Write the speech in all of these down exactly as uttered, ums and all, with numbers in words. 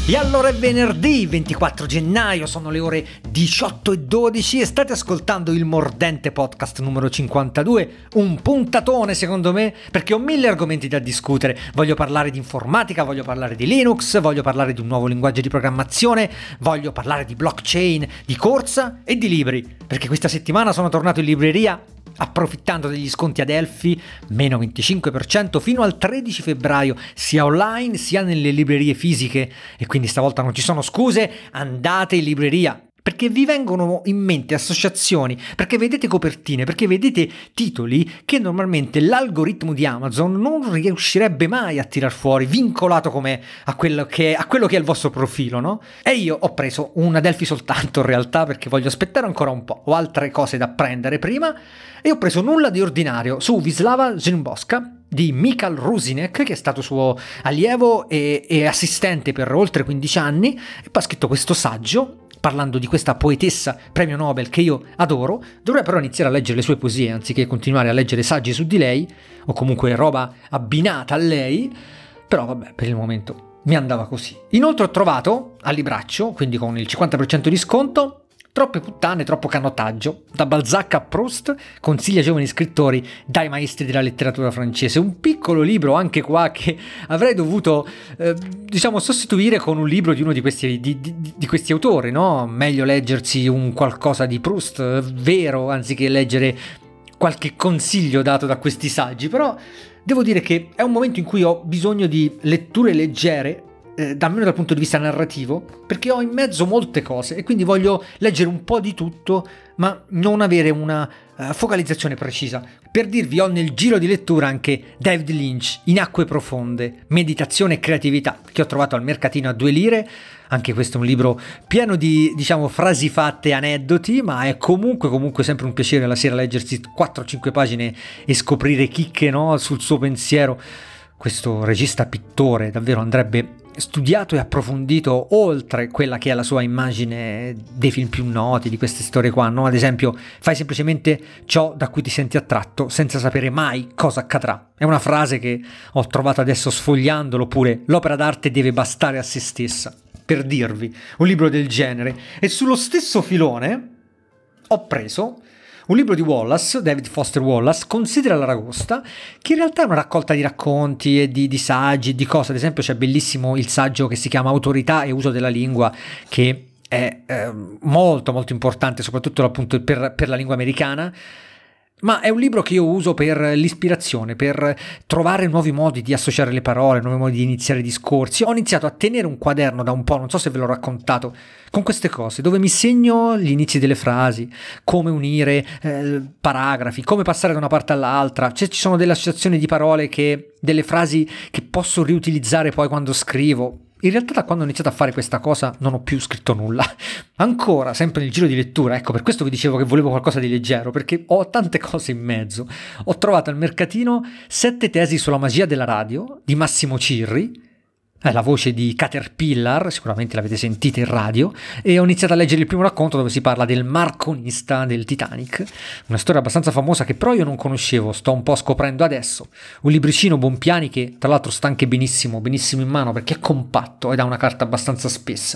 E allora è venerdì ventiquattro gennaio, sono le ore diciotto e dodici e state ascoltando il mordente podcast numero cinquantadue, un puntatone secondo me, perché ho mille argomenti da discutere. Voglio parlare di informatica, voglio parlare di Linux, voglio parlare di un nuovo linguaggio di programmazione, voglio parlare di blockchain, di corsa e di libri, perché questa settimana sono tornato in libreria approfittando degli sconti Adelphi, meno venticinque per cento fino al tredici febbraio, sia online sia nelle librerie fisiche, e quindi stavolta non ci sono scuse, andate in libreria. Perché vi vengono in mente associazioni, perché vedete copertine, perché vedete titoli che normalmente l'algoritmo di Amazon non riuscirebbe mai a tirar fuori, vincolato com'è a quello che, a quello che è il vostro profilo, no? E io ho preso una Adelphi soltanto in realtà, perché voglio aspettare ancora un po', ho altre cose da prendere prima, e ho preso Nulla di ordinario su Wisława Szymborska di Michal Rusinek, che è stato suo allievo e, e assistente per oltre quindici anni, e poi ha scritto questo saggio parlando di questa poetessa premio Nobel che io adoro. Dovrei però iniziare a leggere le sue poesie anziché continuare a leggere saggi su di lei, o comunque roba abbinata a lei, però vabbè, per il momento mi andava così. Inoltre ho trovato a libraccio, quindi con il cinquanta per cento di sconto, Troppe puttane, troppo canottaggio, da Balzac a Proust, consiglia ai giovani scrittori dai maestri della letteratura francese. Un piccolo libro anche qua che avrei dovuto, eh, diciamo, sostituire con un libro di uno di questi, di, di, di questi autori, no? Meglio leggersi un qualcosa di Proust vero, anziché leggere qualche consiglio dato da questi saggi. Però devo dire che è un momento in cui ho bisogno di letture leggere, Eh, almeno dal punto di vista narrativo, perché ho in mezzo molte cose e quindi voglio leggere un po' di tutto, ma non avere una uh, focalizzazione precisa. Per dirvi, ho nel giro di lettura anche David Lynch, In acque profonde, meditazione e creatività, che ho trovato al mercatino a due lire. Anche questo è un libro pieno di, diciamo, frasi fatte e aneddoti, ma è comunque comunque sempre un piacere la sera leggersi quattro cinque pagine e scoprire chicche, no, sul suo pensiero. Questo regista pittore davvero andrebbe studiato e approfondito oltre quella che è la sua immagine dei film più noti, di queste storie qua, no? Ad esempio, fai semplicemente ciò da cui ti senti attratto senza sapere mai cosa accadrà. È una frase che ho trovato adesso sfogliandolo, oppure l'opera d'arte deve bastare a se stessa, per dirvi un libro del genere. E sullo stesso filone ho preso un libro di Wallace, David Foster Wallace, Considera l'aragosta, che in realtà è una raccolta di racconti e di, di saggi e di cose. Ad esempio c'è bellissimo il saggio che si chiama Autorità e uso della lingua, che è eh, molto molto importante, soprattutto appunto per, per la lingua americana. Ma è un libro che io uso per l'ispirazione, per trovare nuovi modi di associare le parole, nuovi modi di iniziare discorsi. Ho iniziato a tenere un quaderno da un po', non so se ve l'ho raccontato, con queste cose, dove mi segno gli inizi delle frasi, come unire eh, paragrafi, come passare da una parte all'altra. Cioè, ci sono delle associazioni di parole, che delle frasi che posso riutilizzare poi quando scrivo. In realtà da quando ho iniziato a fare questa cosa non ho più scritto nulla. Ancora, sempre nel giro di lettura, ecco, per questo vi dicevo che volevo qualcosa di leggero, perché ho tante cose in mezzo. Ho trovato al mercatino Sette tesi sulla magia della radio di Massimo Cirri, è la voce di Caterpillar, sicuramente l'avete sentita in radio, e ho iniziato a leggere il primo racconto dove si parla del marconista del Titanic, una storia abbastanza famosa che però io non conoscevo, sto un po' scoprendo adesso. Un libricino Bonpiani che tra l'altro sta anche benissimo, benissimo in mano, perché è compatto ed ha una carta abbastanza spessa.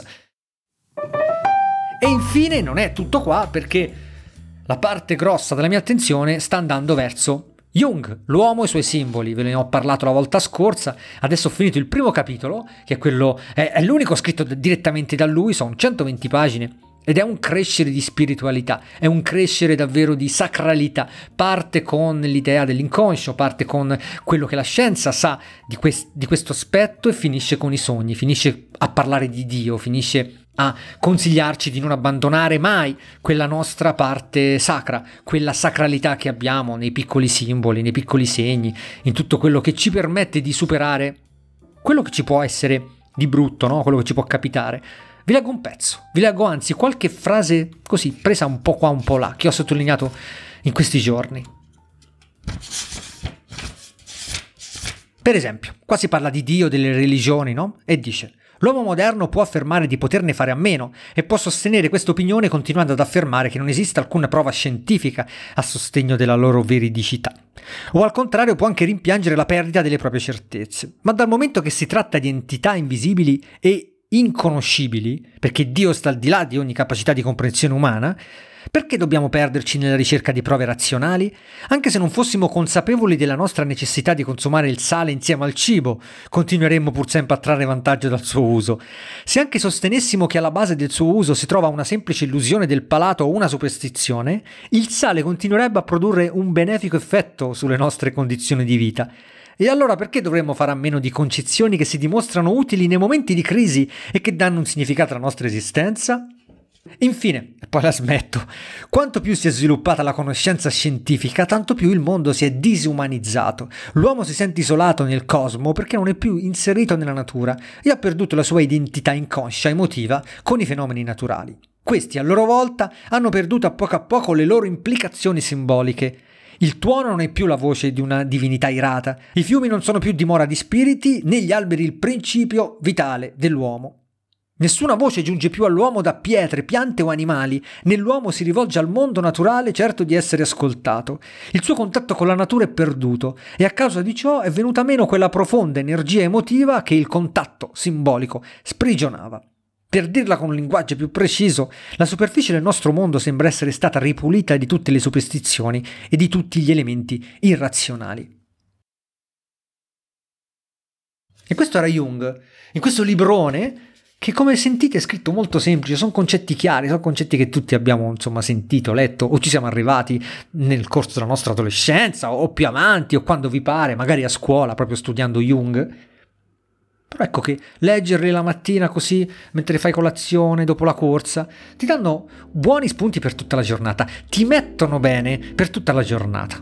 E infine non è tutto qua, perché la parte grossa della mia attenzione sta andando verso Jung, l'uomo e i suoi simboli. Ve ne ho parlato la volta scorsa, adesso ho finito il primo capitolo, che è quello, è, è l'unico scritto direttamente da lui, sono centoventi pagine, ed è un crescere di spiritualità, è un crescere davvero di sacralità. Parte con l'idea dell'inconscio, parte con quello che la scienza sa di, quest, di questo aspetto, e finisce con i sogni, finisce a parlare di Dio, finisce a consigliarci di non abbandonare mai quella nostra parte sacra, quella sacralità che abbiamo nei piccoli simboli, nei piccoli segni, in tutto quello che ci permette di superare quello che ci può essere di brutto, no? Quello che ci può capitare. Vi leggo un pezzo, vi leggo anzi qualche frase così presa un po' qua un po' là, che ho sottolineato in questi giorni. Per esempio, qua si parla di Dio, delle religioni, no? E dice: l'uomo moderno può affermare di poterne fare a meno e può sostenere questa opinione continuando ad affermare che non esiste alcuna prova scientifica a sostegno della loro veridicità. O al contrario può anche rimpiangere la perdita delle proprie certezze. Ma dal momento che si tratta di entità invisibili e inconoscibili, perché Dio sta al di là di ogni capacità di comprensione umana, perché dobbiamo perderci nella ricerca di prove razionali? Anche se non fossimo consapevoli della nostra necessità di consumare il sale insieme al cibo, continueremmo pur sempre a trarre vantaggio dal suo uso. Se anche sostenessimo che alla base del suo uso si trova una semplice illusione del palato o una superstizione, il sale continuerebbe a produrre un benefico effetto sulle nostre condizioni di vita. E allora perché dovremmo fare a meno di concezioni che si dimostrano utili nei momenti di crisi e che danno un significato alla nostra esistenza? Infine, e poi la smetto, quanto più si è sviluppata la conoscenza scientifica, tanto più il mondo si è disumanizzato. L'uomo si sente isolato nel cosmo perché non è più inserito nella natura e ha perduto la sua identità inconscia emotiva con i fenomeni naturali. Questi, a loro volta, hanno perduto a poco a poco le loro implicazioni simboliche. Il tuono non è più la voce di una divinità irata, i fiumi non sono più dimora di spiriti, né gli alberi il principio vitale dell'uomo. Nessuna voce giunge più all'uomo da pietre, piante o animali, né l'uomo si rivolge al mondo naturale certo di essere ascoltato. Il suo contatto con la natura è perduto e a causa di ciò è venuta meno quella profonda energia emotiva che il contatto simbolico sprigionava. Per dirla con un linguaggio più preciso, la superficie del nostro mondo sembra essere stata ripulita di tutte le superstizioni e di tutti gli elementi irrazionali. E questo era Jung, in questo librone che, come sentite, è scritto molto semplice, sono concetti chiari, sono concetti che tutti abbiamo insomma sentito, letto o ci siamo arrivati nel corso della nostra adolescenza o più avanti o quando vi pare, magari a scuola proprio studiando Jung. Però ecco che leggerli la mattina così, mentre fai colazione, dopo la corsa, ti danno buoni spunti per tutta la giornata, ti mettono bene per tutta la giornata.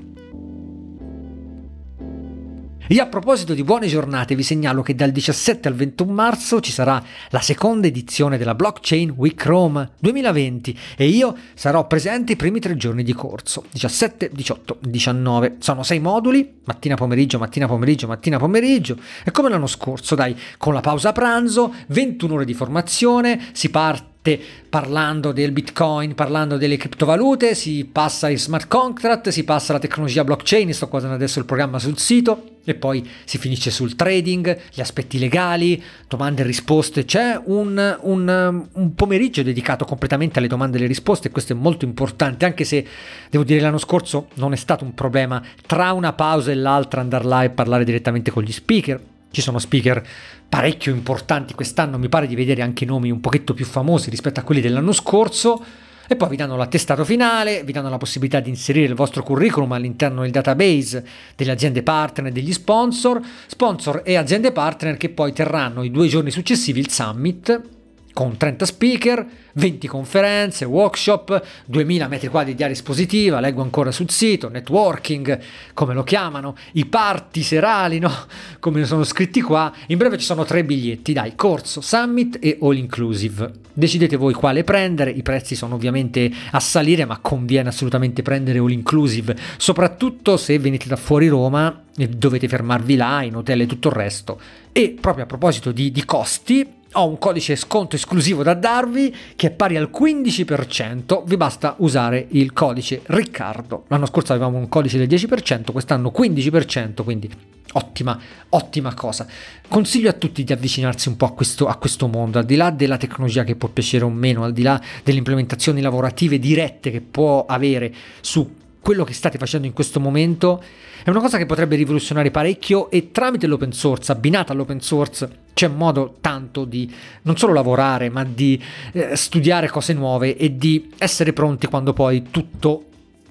E a proposito di buone giornate, vi segnalo che dal diciassette al ventuno marzo ci sarà la seconda edizione della Blockchain Week Rome duemilaventi e io sarò presente i primi tre giorni di corso, diciassette, diciotto, diciannove. Sono sei moduli, mattina pomeriggio, mattina pomeriggio, mattina pomeriggio. È come l'anno scorso, dai, con la pausa pranzo, ventuno ore di formazione, si parte parlando del Bitcoin, parlando delle criptovalute, si passa ai smart contract, si passa alla tecnologia blockchain, sto guardando adesso il programma sul sito, e poi si finisce sul trading, gli aspetti legali, domande e risposte. C'è un, un, un pomeriggio dedicato completamente alle domande e alle risposte, e questo è molto importante, anche se devo dire l'anno scorso non è stato un problema tra una pausa e l'altra andare là e parlare direttamente con gli speaker. Ci sono speaker parecchio importanti quest'anno, mi pare di vedere anche nomi un pochetto più famosi rispetto a quelli dell'anno scorso, e poi vi danno l'attestato finale, vi danno la possibilità di inserire il vostro curriculum all'interno del database delle aziende partner e degli sponsor, sponsor e aziende partner che poi terranno i due giorni successivi il summit con trenta speaker, venti conferenze, workshop, duemila metri quadri di area espositiva, leggo ancora sul sito, networking, come lo chiamano, i party serali, no? Come sono scritti qua. In breve ci sono tre biglietti, dai, corso, summit e all inclusive. Decidete voi quale prendere, i prezzi sono ovviamente a salire, ma conviene assolutamente prendere all inclusive, soprattutto se venite da fuori Roma e dovete fermarvi là, in hotel e tutto il resto. E proprio a proposito di, di costi, ho un codice sconto esclusivo da darvi che è pari al quindici per cento, vi basta usare il codice Riccardo. L'anno scorso avevamo un codice del dieci per cento, quest'anno quindici per cento, quindi ottima, ottima cosa. Consiglio a tutti di avvicinarsi un po' a questo, a questo mondo, al di là della tecnologia che può piacere o meno, al di là delle implementazioni lavorative dirette che può avere su quello che state facendo in questo momento. È una cosa che potrebbe rivoluzionare parecchio, e tramite l'open source, abbinata all'open source, c'è modo tanto di non solo lavorare, ma di eh, studiare cose nuove e di essere pronti quando poi tutto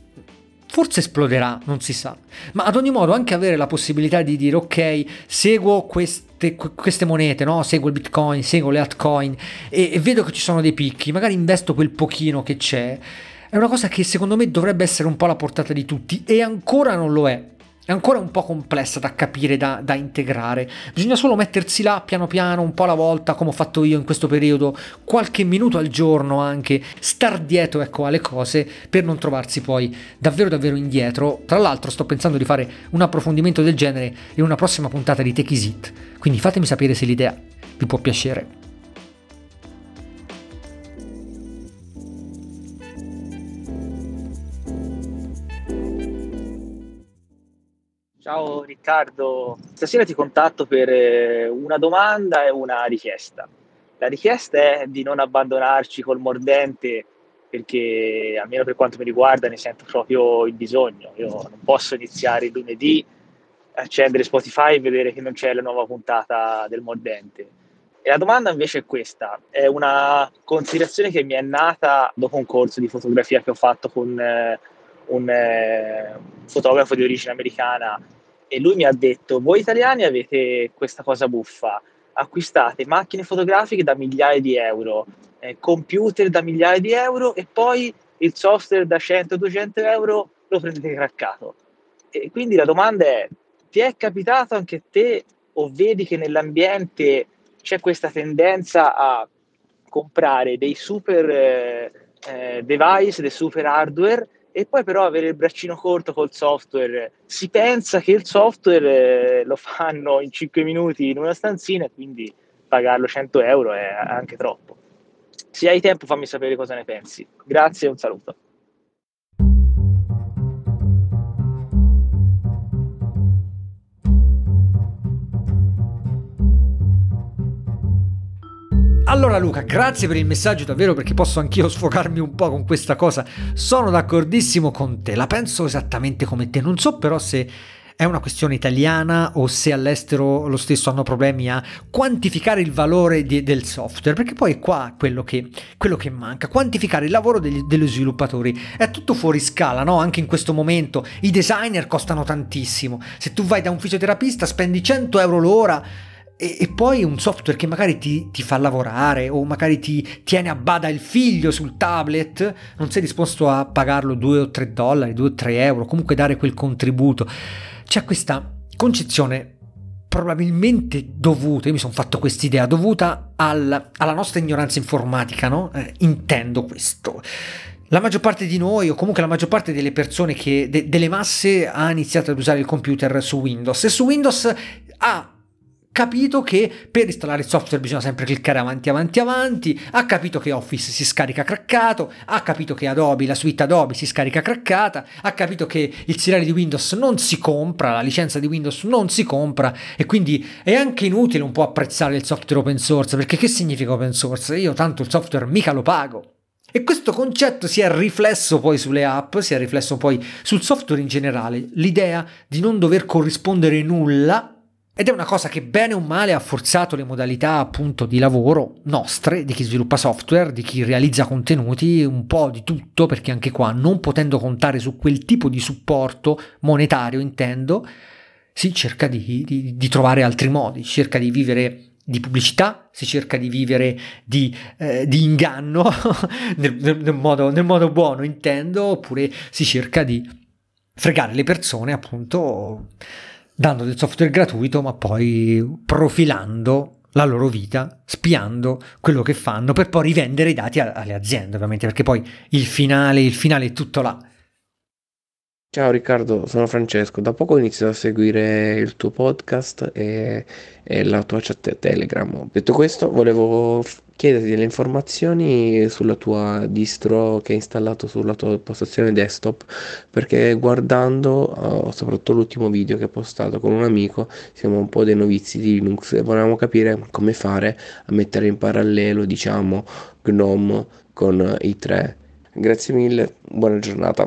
forse esploderà, non si sa. Ma ad ogni modo anche avere la possibilità di dire ok, seguo queste, queste monete, no? Seguo il Bitcoin, seguo le altcoin e, e vedo che ci sono dei picchi, magari investo quel pochino che c'è. È una cosa che secondo me dovrebbe essere un po' alla portata di tutti, e ancora non lo è. È ancora un po' complessa da capire, da, da integrare. Bisogna solo mettersi là piano piano, un po' alla volta, come ho fatto io in questo periodo, qualche minuto al giorno anche, star dietro, ecco, alle cose, per non trovarsi poi davvero davvero indietro. Tra l'altro sto pensando di fare un approfondimento del genere in una prossima puntata di Tech Is It, quindi fatemi sapere se l'idea vi può piacere. Ciao Riccardo, stasera ti contatto per eh, una domanda e una richiesta. La richiesta è di non abbandonarci col mordente, perché almeno per quanto mi riguarda ne sento proprio il bisogno. Io non posso iniziare il lunedì, accendere Spotify e vedere che non c'è la nuova puntata del mordente. E la domanda invece è questa, è una considerazione che mi è nata dopo un corso di fotografia che ho fatto con eh, un, eh, un fotografo di origine americana, e lui mi ha detto: voi italiani avete questa cosa buffa, acquistate macchine fotografiche da migliaia di euro, eh, computer da migliaia di euro, e poi il software da cento duecento euro lo prendete craccato. E quindi la domanda è: ti è capitato anche a te, o vedi che nell'ambiente c'è questa tendenza a comprare dei super eh, eh, device, dei super hardware, e poi però avere il braccino corto col software? Si pensa che il software eh, lo fanno in cinque minuti in una stanzina, e quindi pagarlo cento euro è anche troppo. Se hai tempo fammi sapere cosa ne pensi. Grazie e un saluto. Allora Luca, grazie per il messaggio davvero, perché posso anch'io sfogarmi un po' con questa cosa. Sono d'accordissimo con te, la penso esattamente come te. Non so però se è una questione italiana o se all'estero lo stesso hanno problemi a quantificare il valore di, del software, perché poi è qua quello che, quello che manca, quantificare il lavoro degli, degli sviluppatori. È tutto fuori scala, no? Anche in questo momento i designer costano tantissimo. Se tu vai da un fisioterapista spendi cento euro l'ora, e, e poi un software che magari ti, ti fa lavorare, o magari ti tiene a bada il figlio sul tablet, non sei disposto a pagarlo due o tre dollari, due o tre euro, comunque dare quel contributo. C'è questa concezione probabilmente dovuta, io mi sono fatto quest'idea, dovuta al, alla nostra ignoranza informatica, no? Eh, intendo questo. La maggior parte di noi, o comunque la maggior parte delle persone che, de, delle masse, ha iniziato ad usare il computer su Windows, e su Windows ha capito che per installare il software bisogna sempre cliccare avanti avanti avanti, ha capito che Office si scarica craccato, ha capito che Adobe, la suite Adobe si scarica craccata, ha capito che il seriale di Windows non si compra, la licenza di Windows non si compra, e quindi è anche inutile un po' apprezzare il software open source, perché che significa open source? Io tanto il software mica lo pago. E questo concetto si è riflesso poi sulle app, si è riflesso poi sul software in generale, l'idea di non dover corrispondere nulla. Ed è una cosa che bene o male ha forzato le modalità appunto di lavoro nostre, di chi sviluppa software, di chi realizza contenuti, un po' di tutto, perché anche qua, non potendo contare su quel tipo di supporto monetario, intendo, si cerca di, di, di trovare altri modi, si cerca di vivere di pubblicità, si cerca di vivere di, eh, di inganno, nel, nel, modo, nel modo buono intendo, oppure si cerca di fregare le persone appunto dando del software gratuito, ma poi profilando la loro vita, spiando quello che fanno, per poi rivendere i dati alle aziende, ovviamente, perché poi il finale, il finale è tutto là. Ciao Riccardo, sono Francesco. Da poco ho iniziato a seguire il tuo podcast e, e la tua chat Telegram. Detto questo, volevo f- chiederti delle informazioni sulla tua distro che hai installato sulla tua postazione desktop, perché guardando, eh, soprattutto l'ultimo video che ho postato con un amico, siamo un po' dei novizi di Linux e volevamo capire come fare a mettere in parallelo, diciamo, GNOME con i tre. Grazie mille, buona giornata.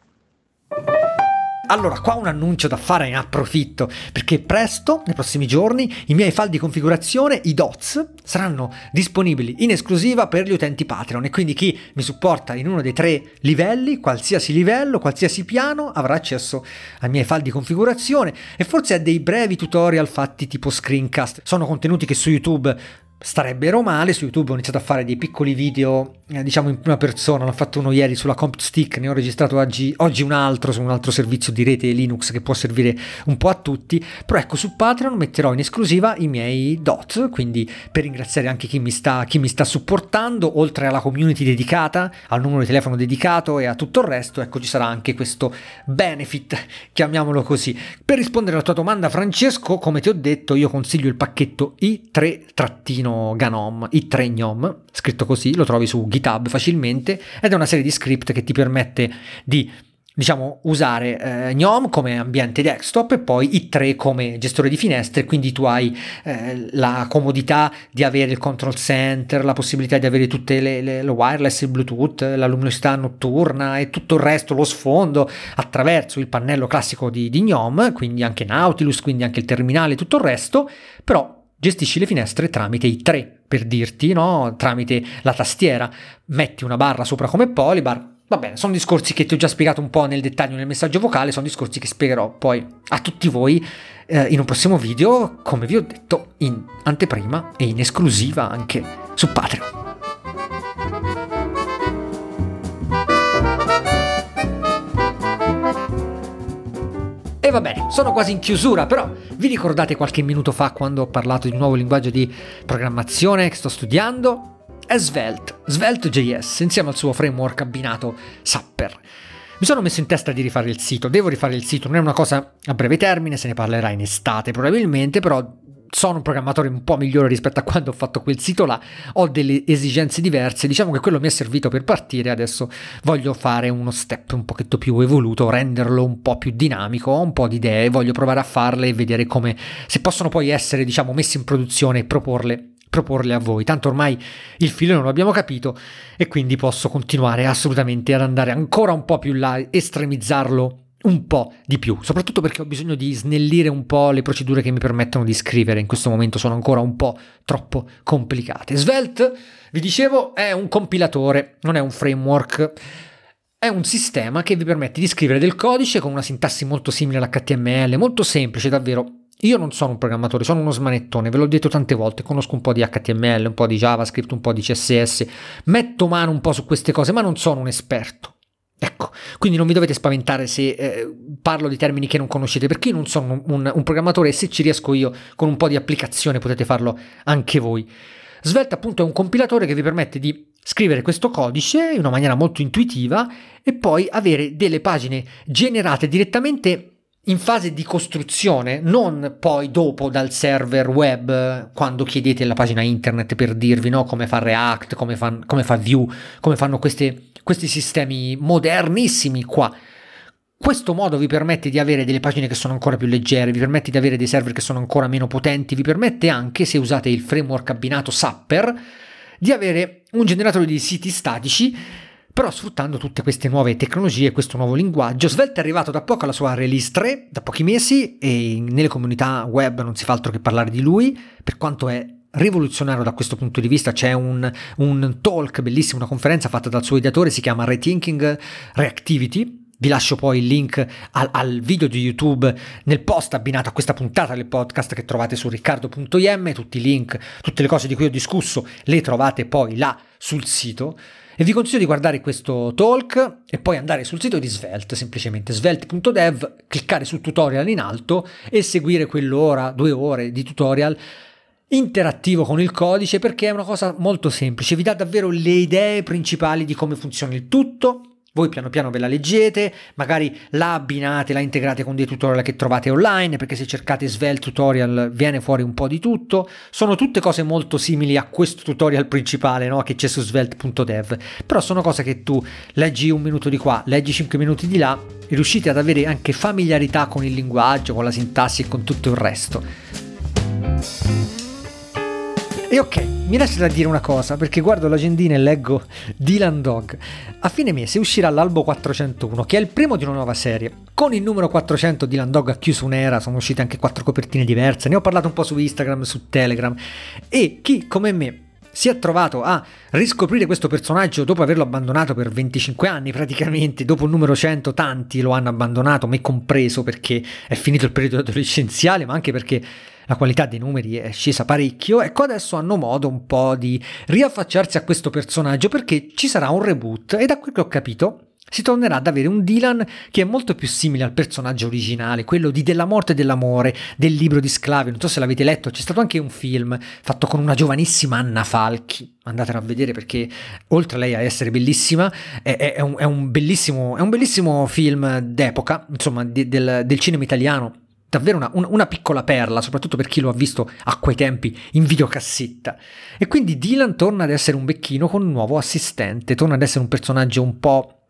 Allora, qua un annuncio da fare, ne approfitto, perché presto, nei prossimi giorni, i miei file di configurazione, i D O T S, saranno disponibili in esclusiva per gli utenti Patreon, e quindi chi mi supporta in uno dei tre livelli, qualsiasi livello, qualsiasi piano, avrà accesso ai miei file di configurazione e forse a dei brevi tutorial fatti tipo screencast. Sono contenuti che su YouTube starebbero male. Su YouTube ho iniziato a fare dei piccoli video, eh, diciamo in prima persona. L'ho fatto uno ieri sulla CompStick, ne ho registrato oggi, oggi un altro su un altro servizio di rete Linux che può servire un po' a tutti. Però ecco, su Patreon metterò in esclusiva i miei D O T S, quindi per ringraziare anche chi mi sta, chi mi sta supportando, oltre alla community dedicata, al numero di telefono dedicato e a tutto il resto, ecco, ci sarà anche questo benefit, chiamiamolo così. Per rispondere alla tua domanda, Francesco, come ti ho detto, io consiglio il pacchetto i tre Ganom, i tre Gnome, scritto così, lo trovi su GitHub facilmente, ed è una serie di script che ti permette di diciamo usare eh, Gnome come ambiente desktop e poi i tre come gestore di finestre, quindi tu hai eh, la comodità di avere il control center, la possibilità di avere tutte le, le lo wireless, il Bluetooth, la luminosità notturna e tutto il resto, lo sfondo attraverso il pannello classico di, di Gnome, quindi anche Nautilus, quindi anche il terminale e tutto il resto, però gestisci le finestre tramite i tre, per dirti, no? Tramite la tastiera, metti una barra sopra come Polybar. Va bene, sono discorsi che ti ho già spiegato un po' nel dettaglio nel messaggio vocale, sono discorsi che spiegherò poi a tutti voi eh, in un prossimo video, come vi ho detto, in anteprima e in esclusiva anche su Patreon. E va bene, sono quasi in chiusura, però vi ricordate qualche minuto fa quando ho parlato di un nuovo linguaggio di programmazione che sto studiando? È Svelte, Svelte.js, insieme al suo framework abbinato Sapper. Mi sono messo in testa di rifare il sito, devo rifare il sito, non è una cosa a breve termine, se ne parlerà in estate probabilmente, però sono un programmatore un po' migliore rispetto a quando ho fatto quel sito là, ho delle esigenze diverse, diciamo che quello mi è servito per partire, adesso voglio fare uno step un pochetto più evoluto, renderlo un po' più dinamico, ho un po' di idee, voglio provare a farle e vedere come, se possono poi essere, diciamo, messe in produzione e proporle proporle a voi, tanto ormai il filo non lo abbiamo capito e quindi posso continuare assolutamente ad andare ancora un po' più là, estremizzarlo un po' di più, soprattutto perché ho bisogno di snellire un po' le procedure che mi permettono di scrivere, in questo momento sono ancora un po' troppo complicate. Svelte, vi dicevo, è un compilatore, non è un framework, è un sistema che vi permette di scrivere del codice con una sintassi molto simile all'H T M L, molto semplice davvero. Io non sono un programmatore, sono uno smanettone, ve l'ho detto tante volte, conosco un po' di H T M L, un po' di JavaScript, un po' di C S S, metto mano un po' su queste cose, ma non sono un esperto. Ecco, quindi non vi dovete spaventare se eh, parlo di termini che non conoscete, perché io non sono un, un, un programmatore e se ci riesco io con un po' di applicazione potete farlo anche voi. Svelte appunto è un compilatore che vi permette di scrivere questo codice in una maniera molto intuitiva e poi avere delle pagine generate direttamente in fase di costruzione, non poi dopo dal server web quando chiedete la pagina internet per dirvi no, come fa React, come fa, come fa Vue, come fanno queste, questi sistemi modernissimi qua. Questo modo vi permette di avere delle pagine che sono ancora più leggere, vi permette di avere dei server che sono ancora meno potenti, vi permette anche, se usate il framework abbinato Sapper, di avere un generatore di siti statici, però sfruttando tutte queste nuove tecnologie, questo nuovo linguaggio. Svelte è arrivato da poco alla sua release tre, da pochi mesi, e nelle comunità web non si fa altro che parlare di lui, per quanto è rivoluzionario da questo punto di vista. C'è un, un talk bellissimo, una conferenza fatta dal suo ideatore, si chiama Rethinking Reactivity. Vi lascio poi il link al, al video di YouTube nel post abbinato a questa puntata del podcast che trovate su riccardo punto i m, tutti i link, tutte le cose di cui ho discusso le trovate poi là sul sito. E vi consiglio di guardare questo talk e poi andare sul sito di Svelte, semplicemente svelte punto dev, cliccare sul tutorial in alto e seguire quell'ora, due ore di tutorial interattivo con il codice, perché è una cosa molto semplice, vi dà davvero le idee principali di come funziona il tutto. Voi piano piano ve la leggete, magari la abbinate, la integrate con dei tutorial che trovate online, perché se cercate Svelte tutorial viene fuori un po' di tutto. Sono tutte cose molto simili a questo tutorial principale, no? Che c'è su svelte punto dev, però sono cose che tu leggi un minuto di qua, leggi cinque minuti di là e riuscite ad avere anche familiarità con il linguaggio, con la sintassi e con tutto il resto. E ok, mi resta da dire una cosa, perché guardo l'agendina e leggo Dylan Dog. A fine mese uscirà l'albo quattrocentouno, che è il primo di una nuova serie. Con il numero quattrocento Dylan Dog ha chiuso un'era, sono uscite anche quattro copertine diverse, ne ho parlato un po' su Instagram, su Telegram, e chi come me si è trovato a riscoprire questo personaggio dopo averlo abbandonato per venticinque anni praticamente, dopo il numero cento tanti lo hanno abbandonato, me compreso, perché è finito il periodo adolescenziale, ma anche perché la qualità dei numeri è scesa parecchio. Ecco, adesso hanno modo un po' di riaffacciarsi a questo personaggio, perché ci sarà un reboot e da quel che ho capito si tornerà ad avere un Dylan che è molto più simile al personaggio originale, quello di Della morte e dell'amore, del libro di Sclavi. Non so se l'avete letto, c'è stato anche un film fatto con una giovanissima Anna Falchi, andatelo a vedere, perché oltre a lei a essere bellissima è, è, è, un, è, un, bellissimo, è un bellissimo film d'epoca, insomma, di, del, del cinema italiano. Davvero una, una piccola perla, soprattutto per chi lo ha visto a quei tempi in videocassetta. E quindi Dylan torna ad essere un becchino con un nuovo assistente, torna ad essere un personaggio un po'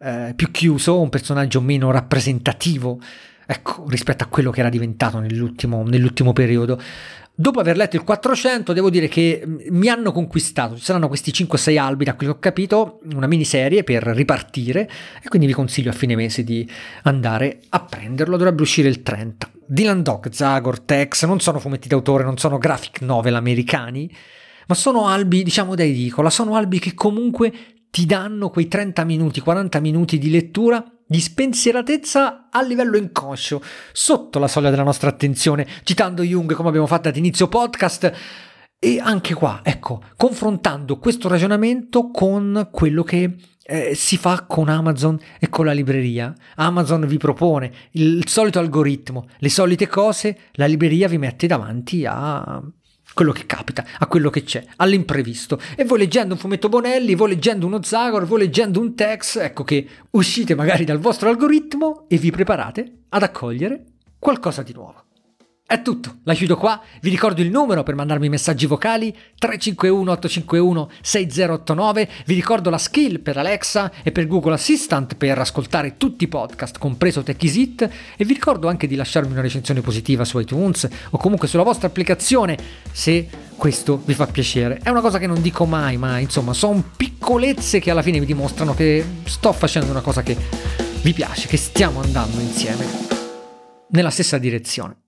eh, più chiuso, un personaggio meno rappresentativo, ecco, rispetto a quello che era diventato nell'ultimo, nell'ultimo periodo. Dopo aver letto il quattrocento devo dire che mi hanno conquistato, ci saranno questi cinque sei albi da quello che ho capito, una miniserie per ripartire, e quindi vi consiglio a fine mese di andare a prenderlo, dovrebbe uscire il trenta. Dylan Dog, Zagor, Tex non sono fumetti d'autore, non sono graphic novel americani, ma sono albi, diciamo, da edicola, sono albi che comunque ti danno quei trenta minuti, quaranta minuti di lettura di spensieratezza a livello inconscio, sotto la soglia della nostra attenzione, citando Jung come abbiamo fatto ad inizio podcast. E anche qua, ecco, confrontando questo ragionamento con quello che eh, si fa con Amazon e con la libreria. Amazon vi propone il solito algoritmo, le solite cose, la libreria vi mette davanti a quello che capita, a quello che c'è, all'imprevisto. E voi leggendo un fumetto Bonelli, voi leggendo uno Zagor, voi leggendo un Tex, ecco che uscite magari dal vostro algoritmo e vi preparate ad accogliere qualcosa di nuovo. È tutto, la chiudo qua, vi ricordo il numero per mandarmi messaggi vocali tre cinque uno otto cinque uno sei zero otto nove, vi ricordo la skill per Alexa e per Google Assistant per ascoltare tutti i podcast, compreso TechEasit, e vi ricordo anche di lasciarmi una recensione positiva su iTunes o comunque sulla vostra applicazione se questo vi fa piacere. È una cosa che non dico mai, ma insomma sono piccolezze che alla fine vi dimostrano che sto facendo una cosa che vi piace, che stiamo andando insieme nella stessa direzione.